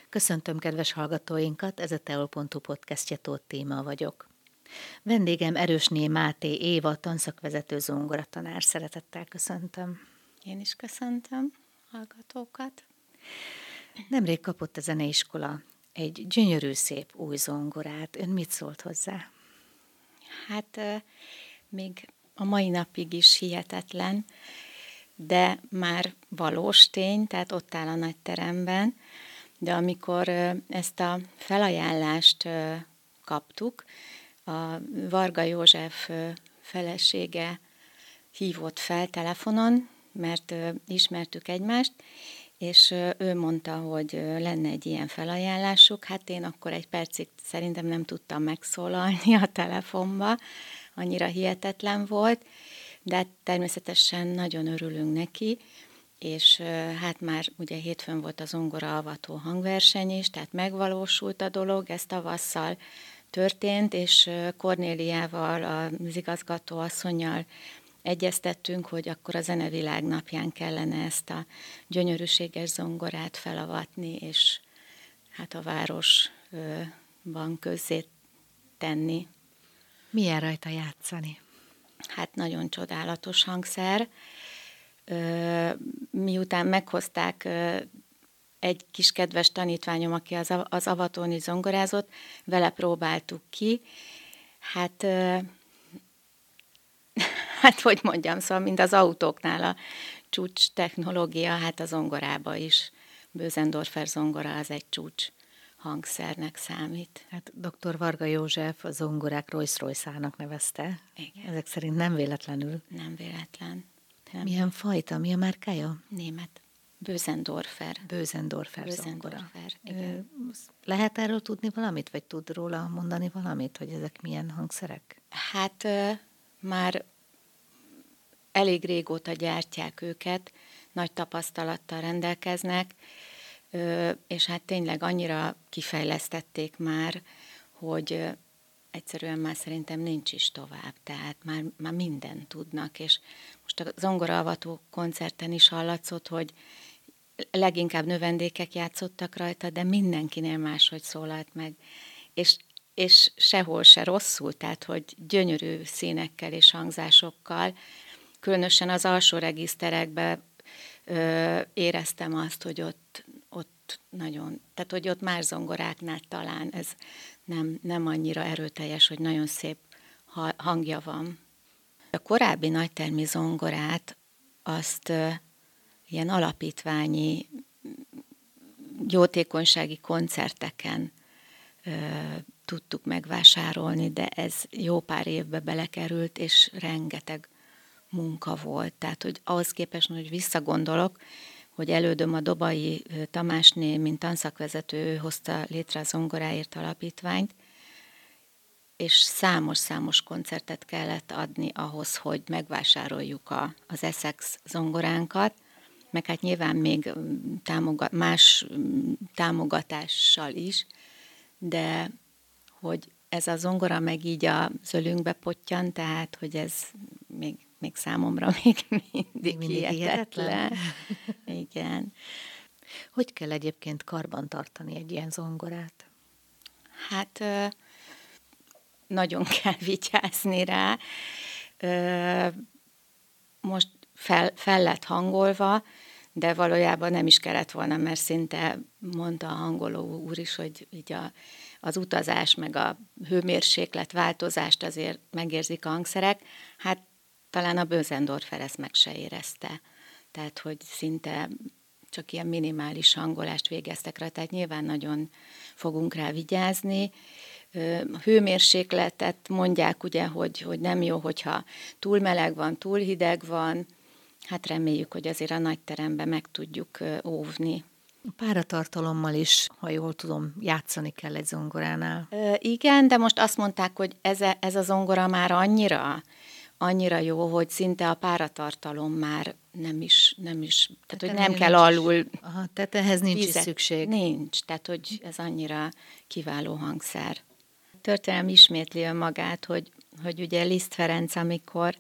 Köszöntöm kedves hallgatóinkat, ez a Teol.hu podcastje, Tóth Tíma vagyok. Vendégem Erősné Máté Éva, tanszakvezető zongoratanár. Szeretettel köszöntöm. Én is köszöntöm hallgatókat. Nemrég kapott a zeneiskola egy gyönyörű, szép új zongorát. Ön mit szólt hozzá? Hát még a mai napig is hihetetlen, de már valós tény, tehát ott áll a nagyteremben. De amikor ezt a felajánlást kaptuk, a Varga József felesége hívott fel telefonon, mert ismertük egymást, és ő mondta, hogy lenne egy ilyen felajánlásuk. Hát én akkor egy percig szerintem nem tudtam megszólalni a telefonba, annyira hihetetlen volt, de természetesen nagyon örülünk neki, és hát már ugye hétfőn volt a zongoraavató hangverseny is, tehát megvalósult a dolog, ez tavasszal történt, és Kornéliával, az igazgató asszonnyal egyeztettünk, hogy akkor a Zenevilág napján kellene ezt a gyönyörűséges zongorát felavatni, és hát a városban közzé tenni. Milyen rajta játszani? Hát nagyon csodálatos hangszer. Miután meghozták egy kis kedves tanítványom, aki az avatón is zongorázott, vele próbáltuk ki. Hát hogy mondjam, szóval mint az autóknál a csúcs technológia, hát a zongorába is. Bösendorfer zongora az egy csúcs hangszernek számít. Hát dr. Varga József a zongorák Rolls-Royce-ának nevezte. Igen. Ezek szerint nem véletlenül. Nem véletlen. Nem. Milyen fajta? Mi a márkája? Német. Bösendorfer. Bösendorfer zongora. Igen. Lehet erről tudni valamit, vagy tud róla mondani valamit, hogy ezek milyen hangszerek? Hát már elég régóta gyártják őket, nagy tapasztalattal rendelkeznek, és hát tényleg annyira kifejlesztették már, hogy egyszerűen már szerintem nincs is tovább, tehát már mindent tudnak, és most a zongoraavató koncerten is hallatszott, hogy leginkább növendékek játszottak rajta, de mindenkinél máshogy szólalt meg, és sehol se rosszul, tehát hogy gyönyörű színekkel és hangzásokkal, különösen az alsó regiszterekben éreztem azt, hogy ott nagyon, tehát hogy ott más zongoráknál talán ez nem annyira erőteljes, hogy nagyon szép hangja van. A korábbi nagytermi zongorát azt ilyen alapítványi jótékonysági koncerteken tudtuk megvásárolni, de ez jó pár évbe belekerült, és rengeteg munka volt. Tehát, hogy ahhoz képest, hogy visszagondolok, hogy elődöm a Dobai Tamásné, mint tanszakvezető, ő hozta létre a Zongoráért Alapítványt, és számos koncertet kellett adni ahhoz, hogy megvásároljuk az Essex zongoránkat, meg hát nyilván még más támogatással is, de hogy ez a zongora meg így a zölünkbe pottyan, tehát hogy ez még számomra még mindig hihetetlen. Igen. Hogy kell egyébként karban tartani egy ilyen zongorát? Hát nagyon kell vigyázni rá. Most fel lett hangolva, de valójában nem is kellett volna, mert szinte mondta a hangoló úr is, hogy így az utazás meg a hőmérséklet változást azért megérzik a hangszerek. Hát talán a Bösendorfer ezt meg se érezte. Tehát, hogy szinte csak ilyen minimális hangolást végeztek rá, tehát nyilván nagyon fogunk rá vigyázni. A hőmérsékletet mondják ugye, hogy nem jó, hogyha túl meleg van, túl hideg van. Hát reméljük, hogy azért a nagyteremben meg tudjuk óvni. Páratartalommal is, ha jól tudom, játszani kell egy zongoránál. Igen, de most azt mondták, hogy ez a zongora már annyira jó, hogy szinte a páratartalom már nem is tehát hogy nem kell alul. Aha, tehát ehhez nincs is szükség. Nincs, tehát hogy ez annyira kiváló hangszer. A történelem ismétli önmagát, hogy ugye Liszt Ferenc, amikor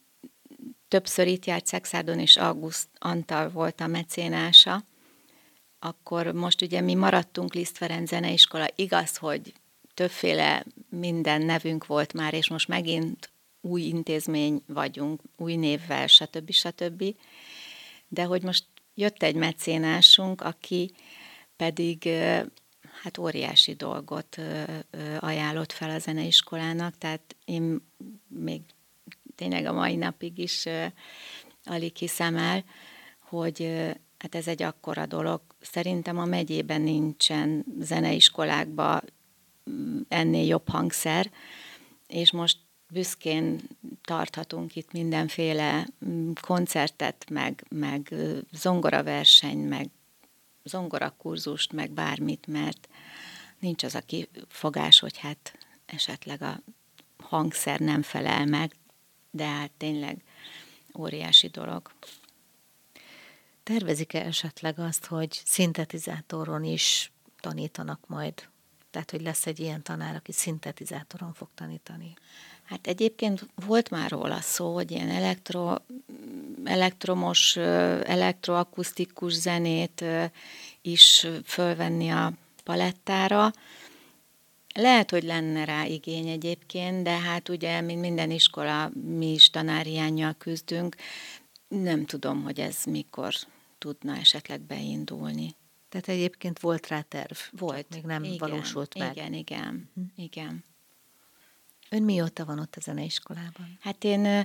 többször itt járt Szexádon, és August Antal volt a mecénása, akkor most ugye mi maradtunk Liszt Ferenc Zeneiskola, igaz, hogy többféle minden nevünk volt már, és most megint új intézmény vagyunk, új névvel, stb. De hogy most jött egy mecénásunk, aki pedig hát óriási dolgot ajánlott fel a zeneiskolának, tehát én még tényleg a mai napig is alig hiszem el, hogy hát ez egy akkora dolog. Szerintem a megyében nincsen zeneiskolákban ennél jobb hangszer, és most büszkén tarthatunk itt mindenféle koncertet, meg zongoraverseny, meg zongorakurzust, meg bármit, mert nincs az a kifogás, hogy hát esetleg a hangszer nem felel meg, de hát tényleg óriási dolog. Tervezik-e esetleg azt, hogy szintetizátoron is tanítanak majd? Tehát, hogy lesz egy ilyen tanár, aki szintetizátoron fog tanítani? Hát egyébként volt már róla szó, hogy ilyen elektromos, elektroakusztikus zenét is fölvenni a palettára. Lehet, hogy lenne rá igény egyébként, de hát ugye, mint minden iskola, mi is tanárhiánnyal küzdünk. Nem tudom, hogy ez mikor tudna esetleg beindulni. Tehát egyébként volt rá terv? Volt. Még nem valósult meg? Igen. Ön mióta van ott a zeneiskolában? Hát én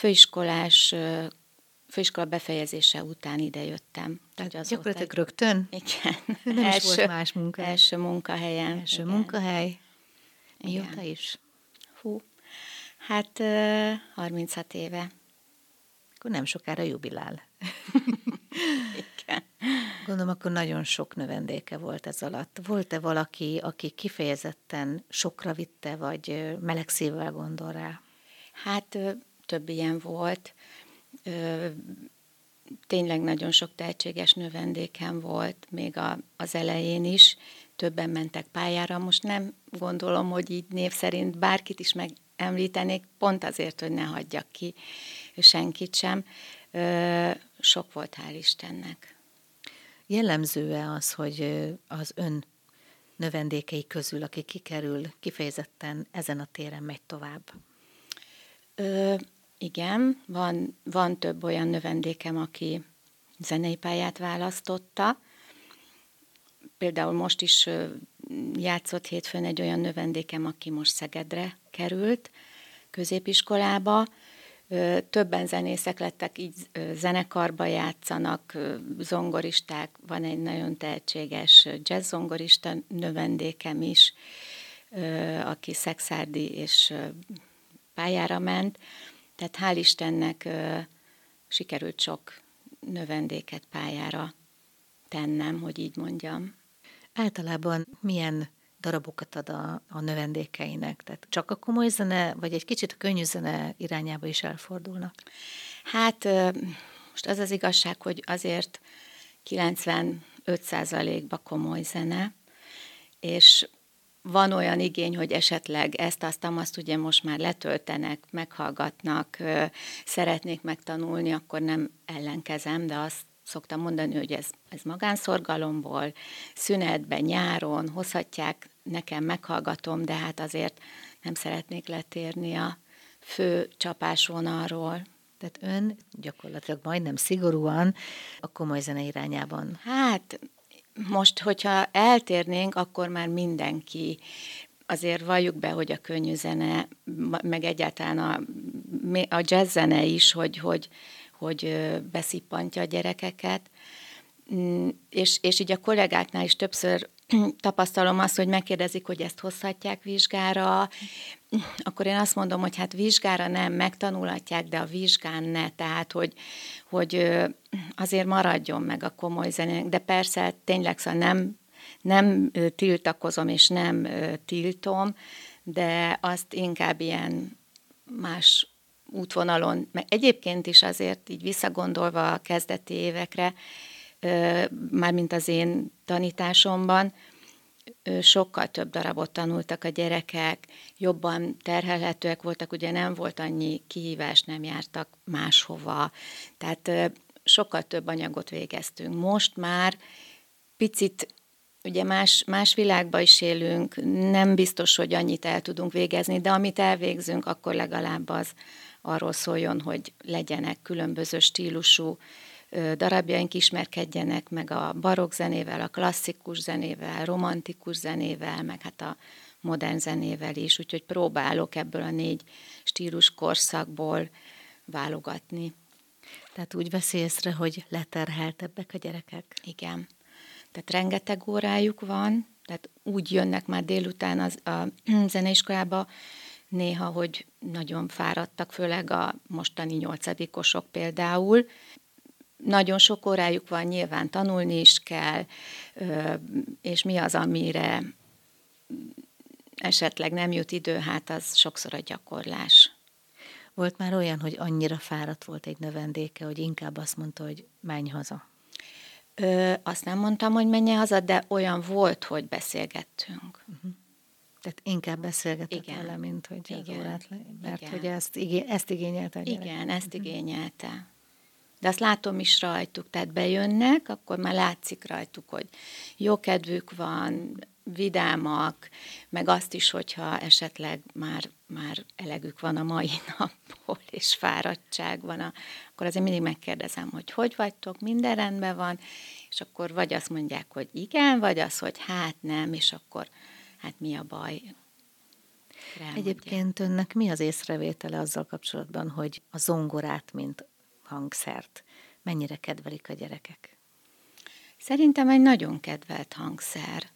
főiskola befejezése után idejöttem. Tehát gyakorlatilag rögtön? Igen. Nem is volt más munka. Első munkahelyen. Első munkahely. Mióta is? Hát 36 éve. Akkor nem sokára jubilál. Igen. Gondolom, akkor nagyon sok növendéke volt ez alatt. Volt-e valaki, aki kifejezetten sokra vitte, vagy meleg szívvel gondol rá? Hát több ilyen volt. Tényleg nagyon sok tehetséges növendékem volt, még az elején is. Többen mentek pályára. Most nem gondolom, hogy így név szerint bárkit is megemlítenék, pont azért, hogy ne hagyjak ki senkit sem. Sok volt, hál' Istennek. Jellemző-e az, hogy az ön növendékei közül, aki kikerül, kifejezetten ezen a téren megy tovább? Igen, van több olyan növendékem, aki zenei pályát választotta. Például most is játszott hétfőn egy olyan növendékem, aki most Szegedre került középiskolába. Többen zenészek lettek, így zenekarba játszanak, zongoristák, van egy nagyon tehetséges jazz zongorista növendékem is, aki szexárdi és pályára ment. Tehát hál' Istennek sikerült sok növendéket pályára tennem, hogy így mondjam. Általában milyen darabokat ad a növendékeinek? Tehát csak a komoly zene, vagy egy kicsit a könnyű zene irányába is elfordulnak? Hát most az az igazság, hogy azért 95%-ba komoly zene, és van olyan igény, hogy esetleg ezt ugye most már letöltenek, meghallgatnak, szeretnék megtanulni, akkor nem ellenkezem, de azt szoktam mondani, hogy ez magánszorgalomból, szünetben, nyáron hozhatják, nekem meghallgatom, de hát azért nem szeretnék letérni a fő csapásvonalról. Tehát ön gyakorlatilag majdnem szigorúan a komoly zene irányában. Hát most, hogyha eltérnénk, akkor már mindenki, azért valljuk be, hogy a könnyű zene, meg egyáltalán a jazz zene is, hogy beszippantja a gyerekeket, és így a kollégáknál is többször tapasztalom azt, hogy megkérdezik, hogy ezt hozhatják vizsgára, akkor én azt mondom, hogy hát vizsgára nem, megtanulhatják, de a vizsgán ne, tehát hogy azért maradjon meg a komoly zenének, de persze tényleg szóval nem tiltakozom és nem tiltom, de azt inkább ilyen más útvonalon, meg egyébként is azért így visszagondolva a kezdeti évekre, mármint az én tanításomban, sokkal több darabot tanultak a gyerekek, jobban terhelhetőek voltak, ugye nem volt annyi kihívás, nem jártak máshova, tehát sokkal több anyagot végeztünk. Most már picit ugye más világban is élünk, nem biztos, hogy annyit el tudunk végezni, de amit elvégzünk, akkor legalább az arról szóljon, hogy legyenek különböző stílusú darabjaink, ismerkedjenek meg a barokk zenével, a klasszikus zenével, romantikus zenével, meg hát a modern zenével is, úgyhogy próbálok ebből a 4 stílus korszakból válogatni. Tehát úgy veszi észre, hogy leterheltebbek a gyerekek? Igen. Tehát rengeteg órájuk van, tehát úgy jönnek már délután a zeneiskolába, néha, hogy nagyon fáradtak, főleg a mostani 8-osok például. Nagyon sok órájuk van, nyilván tanulni is kell, és mi az, amire esetleg nem jut idő, hát az sokszor a gyakorlás. Volt már olyan, hogy annyira fáradt volt egy növendéke, hogy inkább azt mondta, hogy menj haza? Azt nem mondtam, hogy menjen haza, de olyan volt, hogy beszélgettünk. Tehát inkább beszélgetett vele, mint hogy az órát mert igen. hogy ezt igényelte a gyerek. Igen, ezt igényelte. De azt látom is rajtuk, tehát bejönnek, akkor már látszik rajtuk, hogy jó kedvük van, vidámak, meg azt is, hogyha esetleg már elegük van a mai napból, és fáradtság van, akkor azért mindig megkérdezem, hogy vagytok, minden rendben van, és akkor vagy azt mondják, hogy igen, vagy az, hogy hát nem, és akkor hát mi a baj. Egyébként önnek mi az észrevétele azzal kapcsolatban, hogy a zongorát, mint hangszert mennyire kedvelik a gyerekek? Szerintem egy nagyon kedvelt hangszer.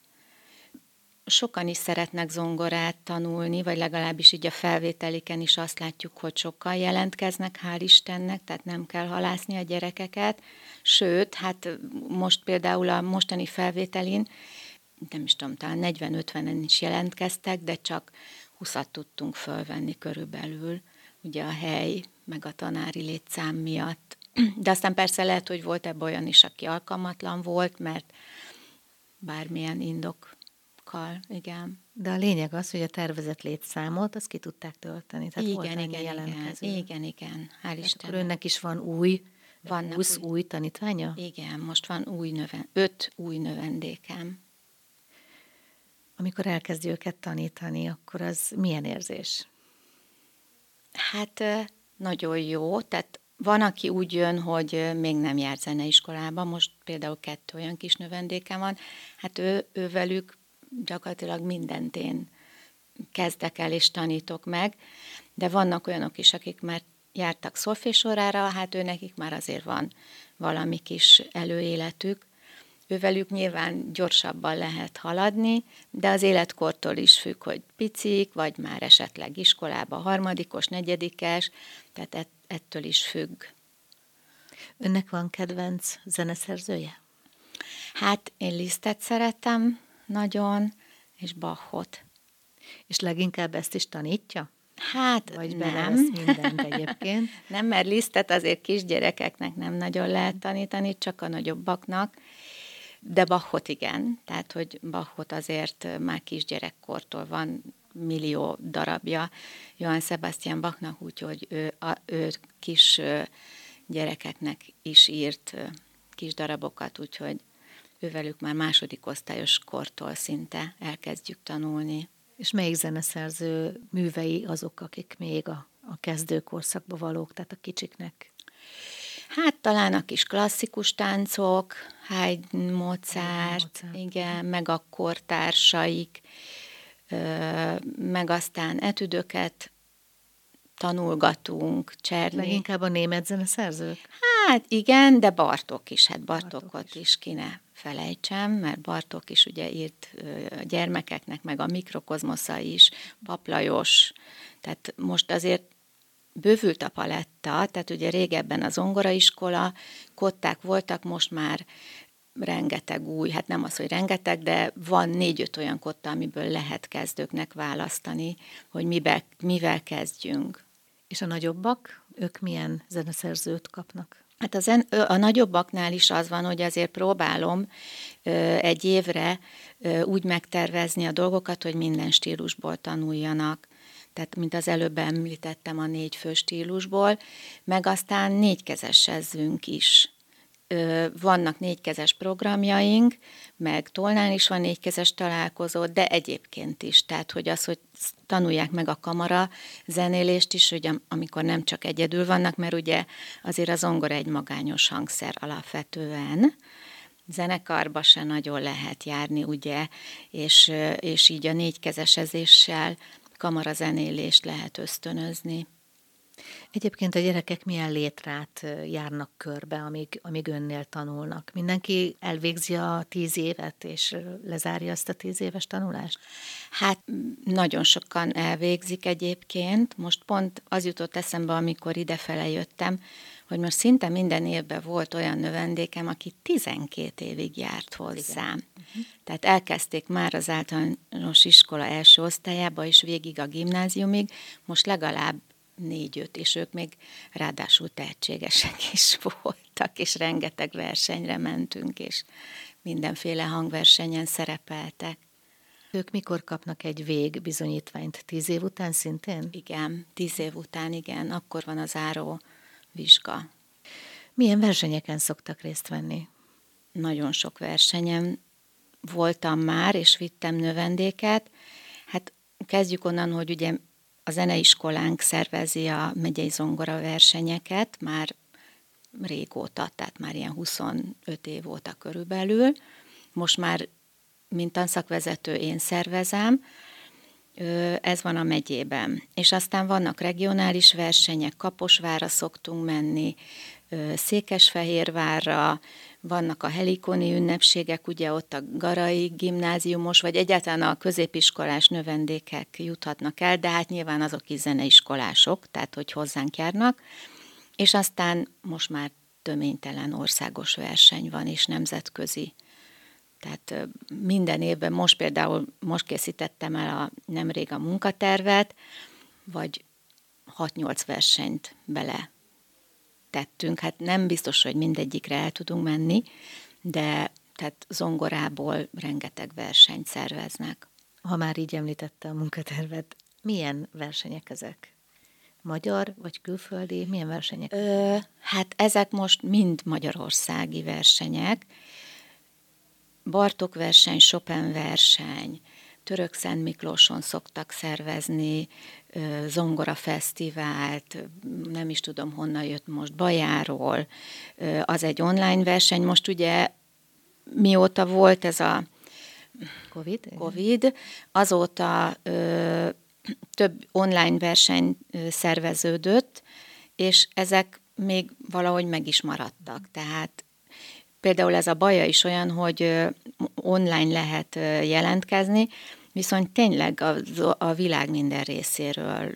Sokan is szeretnek zongorát tanulni, vagy legalábbis így a felvételiken is azt látjuk, hogy sokan jelentkeznek, hál' Istennek, tehát nem kell halászni a gyerekeket. Sőt, hát most például a mostani felvételin, nem is tudom, talán 40-50-en is jelentkeztek, de csak 20-at tudtunk fölvenni körülbelül, ugye a hely, meg a tanári létszám miatt. De aztán persze lehet, hogy volt ebben olyan is, aki alkalmatlan volt, mert bármilyen indokkal, igen. De a lényeg az, hogy a tervezett létszámot, azt ki tudták tölteni. Tehát volt ennyi jelentkező. Igen. Hál' Istennek. Akkor önnek is van 20 új tanítványa? Igen, most van 5 új növendékem. Amikor elkezdi őket tanítani, akkor az milyen érzés? Hát nagyon jó, tehát van, aki úgy jön, hogy még nem járt zeneiskolába, most például 2 olyan kis növendékem van, hát ővelük gyakorlatilag mindent én kezdek el és tanítok meg, de vannak olyanok is, akik már jártak szolfésórára, hát nekik már azért van valami kis előéletük. Ővelük nyilván gyorsabban lehet haladni, de az életkortól is függ, hogy picik, vagy már esetleg iskolába 3., 4., tehát ettől is függ. Önnek van kedvenc zeneszerzője? Hát én Lisztet szeretem nagyon, és Bachot. És leginkább ezt is tanítja? Hát vagy nem. Mindent egyébként? Nem, mert Lisztet azért kisgyerekeknek nem nagyon lehet tanítani, csak a nagyobbaknak. De Bachot igen, tehát hogy Bachot azért már kisgyerekkortól van millió darabja Johann Sebastian Bachnak, úgyhogy ő kis gyerekeknek is írt kis darabokat, úgyhogy ővelük már 2. osztályos kortól szinte elkezdjük tanulni. És melyik zeneszerző művei azok, akik még a kezdőkorszakba valók, tehát a kicsiknek? Hát talán a kis klasszikus táncok, Haydn, Mozart, igen, meg a kortársaik, meg aztán etüdöket tanulgatunk, Czerny. Leginkább a német zeneszerzők? Hát igen, de Bartók is, hát Bartókot is ki ne felejtsem, mert Bartók is ugye írt a gyermekeknek, meg a Mikrokozmosza is, Pap Lajos, tehát most azért bővült a paletta, tehát ugye régebben a zongoraiskola, kották voltak, most már rengeteg új, hát nem az, hogy rengeteg, de van 4-5 olyan kotta, amiből lehet kezdőknek választani, hogy mivel kezdjünk. És a nagyobbak, ők milyen zeneszerzőt kapnak? Hát a nagyobbaknál is az van, hogy azért próbálom egy évre úgy megtervezni a dolgokat, hogy minden stílusból tanuljanak. Tehát, mint az előbb említettem, a 4 fő stílusból, meg aztán 4 kezesezzünk is. vannak négykezes programjaink, meg Tolnán is van négykezes találkozó, de egyébként is. Tehát, hogy tanulják meg a kamara zenélést is, hogy amikor nem csak egyedül vannak, mert ugye azért a zongora egy magányos hangszer alapvetően, zenekarba se nagyon lehet járni, ugye, és így a négykezesezéssel kamarazenélést lehet ösztönözni. Egyébként a gyerekek milyen létrát járnak körbe, amíg önnél tanulnak? Mindenki elvégzi a 10 évet, és lezárja azt a 10 éves tanulást? Hát nagyon sokan elvégzik egyébként. Most pont az jutott eszembe, amikor idefele jöttem, hogy most szinte minden évben volt olyan növendékem, aki 12 évig járt hozzám. Tehát elkezdték már az általános iskola első osztályába, és végig a gimnáziumig, most legalább 4-5, és ők még ráadásul tehetségesek is voltak, és rengeteg versenyre mentünk, és mindenféle hangversenyen szerepeltek. Ők mikor kapnak egy végbizonyítványt? 10 év után szintén? Igen, 10 év után, igen, akkor van a záró vizsga. Milyen versenyeken szoktak részt venni? Nagyon sok versenyen voltam már, és vittem növendéket. Hát kezdjük onnan, hogy ugye a zeneiskolánk szervezi a megyei zongora versenyeket már régóta, tehát már ilyen 25 év óta körülbelül. Most már, mint tanszakvezető, én szervezem, ez van a megyében. És aztán vannak regionális versenyek, Kaposvárra szoktunk menni, Székesfehérvárra, vannak a helikoni ünnepségek, ugye ott a garai gimnáziumos, vagy egyáltalán a középiskolás növendékek juthatnak el, de hát nyilván azok is zeneiskolások, tehát hogy hozzánk járnak, és aztán most már töménytelen országos verseny van, és nemzetközi. Tehát minden évben, most készítettem el nemrég a munkatervet, vagy 6-8 versenyt bele tettünk. Hát nem biztos, hogy mindegyikre el tudunk menni, de tehát zongorából rengeteg versenyt szerveznek. Ha már így említette a munkatervet, milyen versenyek ezek? Magyar vagy külföldi? Milyen versenyek? Hát ezek most mind magyarországi versenyek. Bartók verseny, Chopin verseny, Törökszent Miklóson szoktak szervezni zongora fesztivált, nem is tudom honnan jött most, Bajáról, az egy online verseny. Most ugye mióta volt ez a Covid, azóta több online verseny szerveződött, és ezek még valahogy meg is maradtak. Tehát például ez a Baja is olyan, hogy online lehet jelentkezni, viszont tényleg a világ minden részéről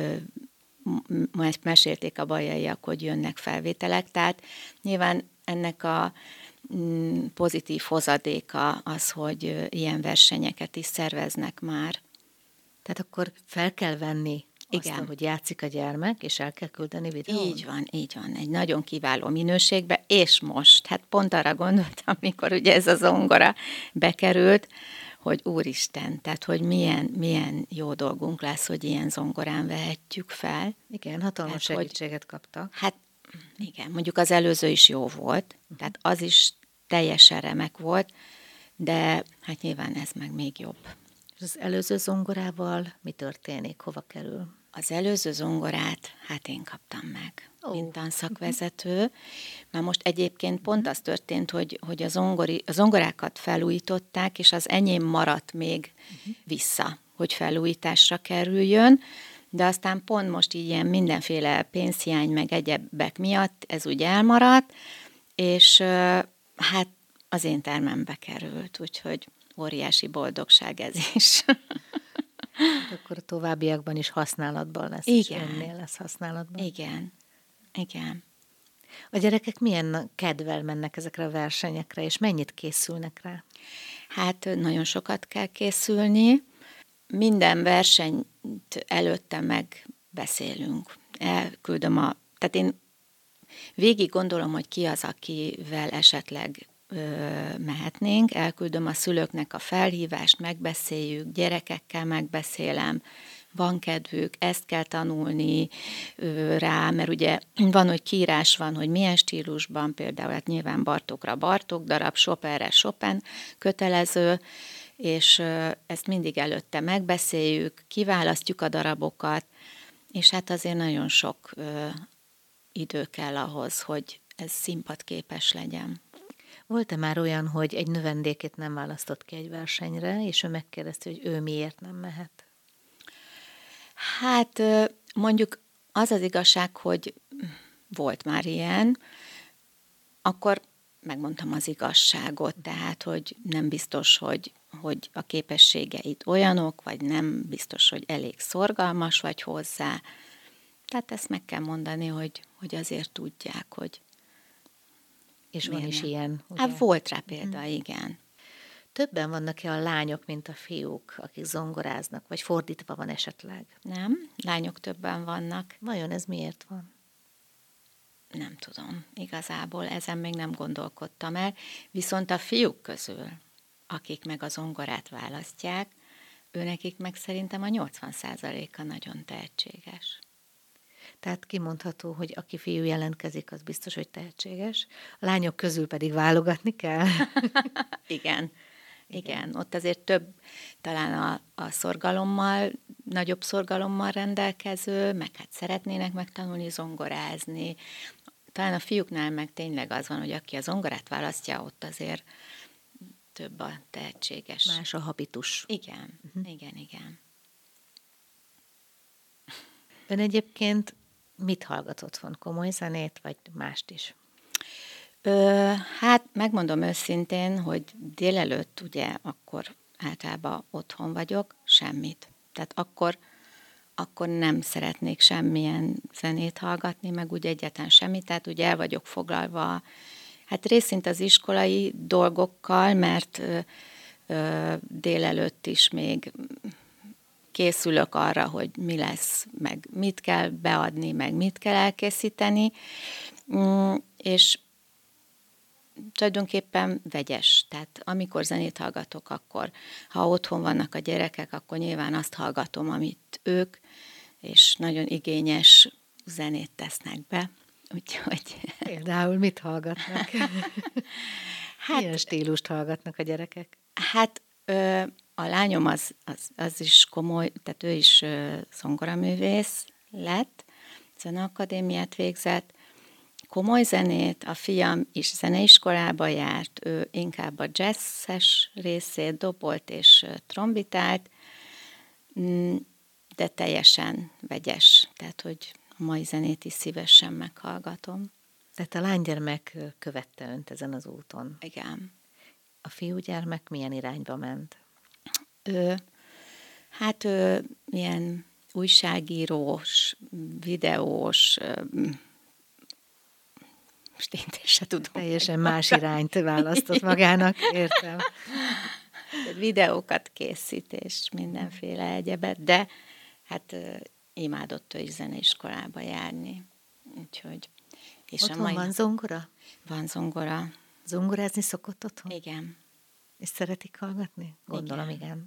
mesélték a bajaiak, hogy jönnek felvételek, tehát nyilván ennek a pozitív hozadéka az, hogy ilyen versenyeket is szerveznek már. Tehát akkor fel kell venni igen. Azt, hogy játszik a gyermek, és el kell küldeni videón? Így van. Egy nagyon kiváló minőségben, és most, hát pont arra gondoltam, amikor ugye ez a zongora bekerült, hogy úristen, tehát hogy milyen jó dolgunk lesz, hogy ilyen zongorán vehetjük fel. Igen, hatalmas segítséget kaptak. Hát igen, mondjuk az előző is jó volt, tehát az is teljesen remek volt, de hát nyilván ez meg még jobb. És az előző zongorával mi történik? Hova kerül? Az előző zongorát, hát én kaptam meg, mint tanszakvezető. Már most egyébként pont az történt, hogy a zongorákat felújították, és az enyém maradt még vissza, hogy felújításra kerüljön, de aztán pont most így ilyen mindenféle pénzhiány meg egyebek miatt ez úgy elmaradt, és hát az én termembe került, úgyhogy óriási boldogság ez is. Hát akkor a továbbiakban is használatban lesz, igen. És önnél lesz használatban. Igen. A gyerekek milyen kedvel mennek ezekre a versenyekre, és mennyit készülnek rá? Hát nagyon sokat kell készülni. Minden versenyt előtte megbeszélünk. Elküldöm tehát én végig gondolom, hogy ki az, akivel esetleg mehetnénk, elküldöm a szülőknek a felhívást, megbeszéljük, gyerekekkel megbeszélem, van kedvük, ezt kell tanulni rá, mert ugye van, hogy kiírás van, hogy milyen stílusban, például hát nyilván Bartókra Bartók darab, Chopinre Chopin kötelező, és ezt mindig előtte megbeszéljük, kiválasztjuk a darabokat, és hát azért nagyon sok idő kell ahhoz, hogy ez színpadképes legyen. Volt-e már olyan, hogy egy növendékét nem választott ki egy versenyre, és ő megkérdezte, hogy ő miért nem mehet? Hát mondjuk az az igazság, hogy volt már ilyen, akkor megmondtam az igazságot, tehát, hogy nem biztos, hogy a képességeid olyanok, vagy nem biztos, hogy elég szorgalmas vagy hozzá. Tehát ezt meg kell mondani, hogy azért tudják, hogy És van is ilyen, ugye? Hát volt rá példa, igen. Többen vannak-e a lányok, mint a fiúk, akik zongoráznak, vagy fordítva van esetleg? Nem, lányok többen vannak. Vajon ez miért van? Nem tudom, igazából ezen még nem gondolkodtam el. Viszont a fiúk közül, akik meg a zongorát választják, őnekik meg szerintem a 80%-a nagyon tehetséges. Tehát kimondható, hogy aki fiú jelentkezik, az biztos, hogy tehetséges. A lányok közül pedig válogatni kell? Igen, ott azért több, talán a szorgalommal, nagyobb szorgalommal rendelkező, meg hát szeretnének megtanulni zongorázni. Talán a fiúknál meg tényleg az van, hogy aki a zongorát választja, ott azért több a tehetséges. Más a habitus. Igen, igen. Ön egyébként mit hallgat otthon? Komoly zenét, vagy mást is? Hát megmondom őszintén, hogy délelőtt ugye akkor általában otthon vagyok, semmit. Tehát akkor nem szeretnék semmilyen zenét hallgatni, meg úgy egyáltalán semmit, tehát ugye el vagyok foglalva, hát részint az iskolai dolgokkal, mert délelőtt is még készülök arra, hogy mi lesz, meg mit kell beadni, meg mit kell elkészíteni, és tulajdonképpen vegyes. Tehát amikor zenét hallgatok, akkor ha otthon vannak a gyerekek, akkor nyilván azt hallgatom, amit ők, és nagyon igényes zenét tesznek be. Úgyhogy... Például mit hallgatnak? Milyen stílust hallgatnak a gyerekek? Hát a lányom az is komoly, tehát ő is zongoraművész lett, zeneakadémiát végzett, komoly zenét, a fiam is zeneiskolába járt, ő inkább a jazzes részét dobolt és trombitált, de teljesen vegyes, tehát hogy a mai zenét is szívesen meghallgatom. Tehát a lánygyermek követte önt ezen az úton. Igen. A fiúgyermek milyen irányba ment? Ő ilyen újságírós, videós, most én se tudom. Teljesen más irányt választott magának, értem. Videókat készít, és mindenféle egyebet, de hát imádott ő is zeneiskolába járni. Úgyhogy, és otthon van zongora? Van zongora. Zongorázni szokott otthon? Igen. És szeretik hallgatni? Gondolom, igen.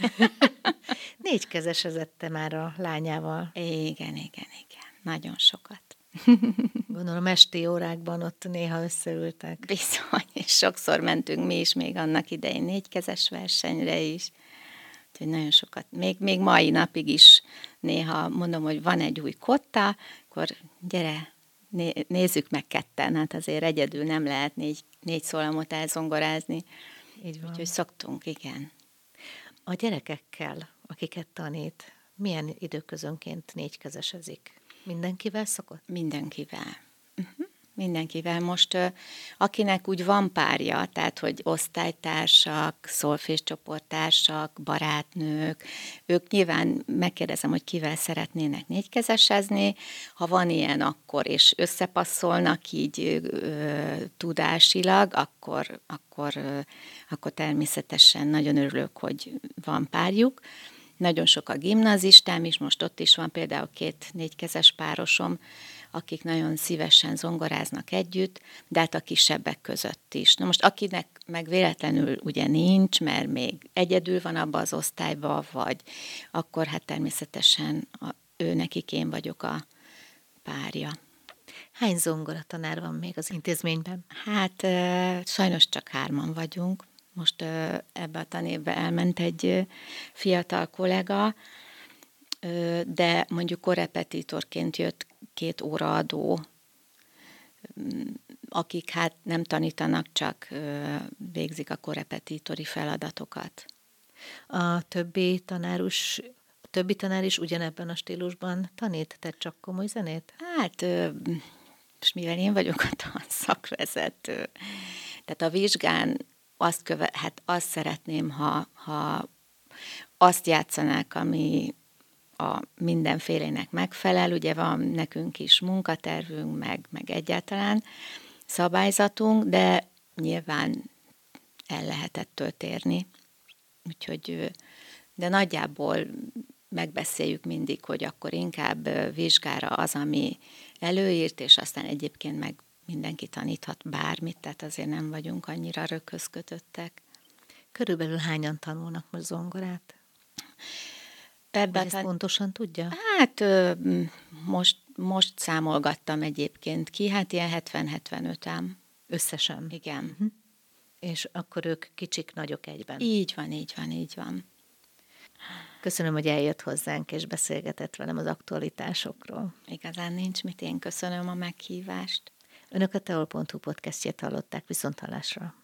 4 kezesezette már a lányával. Igen. Nagyon sokat. Gondolom, esti órákban ott néha összeültek. Bizony, és sokszor mentünk mi is még annak idején 4 kezes versenyre is. Úgyhogy nagyon sokat. Még mai napig is néha mondom, hogy van egy új kotta, akkor gyere, nézzük meg ketten. Hát azért egyedül nem lehet 4 szólamot elzongorázni. Így van. Úgyhogy szoktunk, igen. A gyerekekkel, akiket tanít, milyen időközönként 4 kezesezik? Mindenkivel szokott? Mindenkivel. Mindenkivel. Most akinek úgy van párja, tehát hogy osztálytársak, szolféscsoporttársak, barátnők, ők nyilván megkérdezem, hogy kivel szeretnének 4 kezesezni. Ha van ilyen, akkor és összepasszolnak így tudásilag, akkor természetesen nagyon örülök, hogy van párjuk. nagyon sok a gimnazistám is, most ott is van például 2 négykezes párosom, akik nagyon szívesen zongoráznak együtt, de hát a kisebbek között is. Na most akinek meg véletlenül ugye nincs, mert még egyedül van abba az osztályba, vagy akkor hát természetesen ő nekik én vagyok a párja. Hány zongoratanár van még az intézményben? Hát sajnos csak 3 vagyunk. Most ebbe a tanévbe elment egy fiatal kollega, de mondjuk korrepetitorként jött 2 óraadó, akik hát nem tanítanak, csak végzik a korrepetitori feladatokat. A többi tanár is ugyanebben a stílusban tanít, tehát csak komoly zenét? Hát, és mivel én vagyok a tanszakvezető, tehát a vizsgán azt szeretném, ha azt játszanák, ami a mindenfélének megfelel. Ugye van nekünk is munkatervünk, meg egyáltalán szabályzatunk, de nyilván el lehet ettől térni. Úgyhogy, de nagyjából megbeszéljük mindig, hogy akkor inkább vizsgára az, ami előírt, és aztán egyébként meg mindenki taníthat bármit, tehát azért nem vagyunk annyira röghöz kötöttek. Körülbelül hányan tanulnak most zongorát? Ezt pontosan tudja? Hát most számolgattam egyébként ki, hát ilyen 70-75-ám. Összesen? Igen. Uh-huh. És akkor ők kicsik, nagyok egyben? Így van. Köszönöm, hogy eljött hozzánk, és beszélgetett velem az aktualitásokról. Igazán nincs mit, én köszönöm a meghívást. Önök a teol.hu podcastjét hallották, viszonthallásra.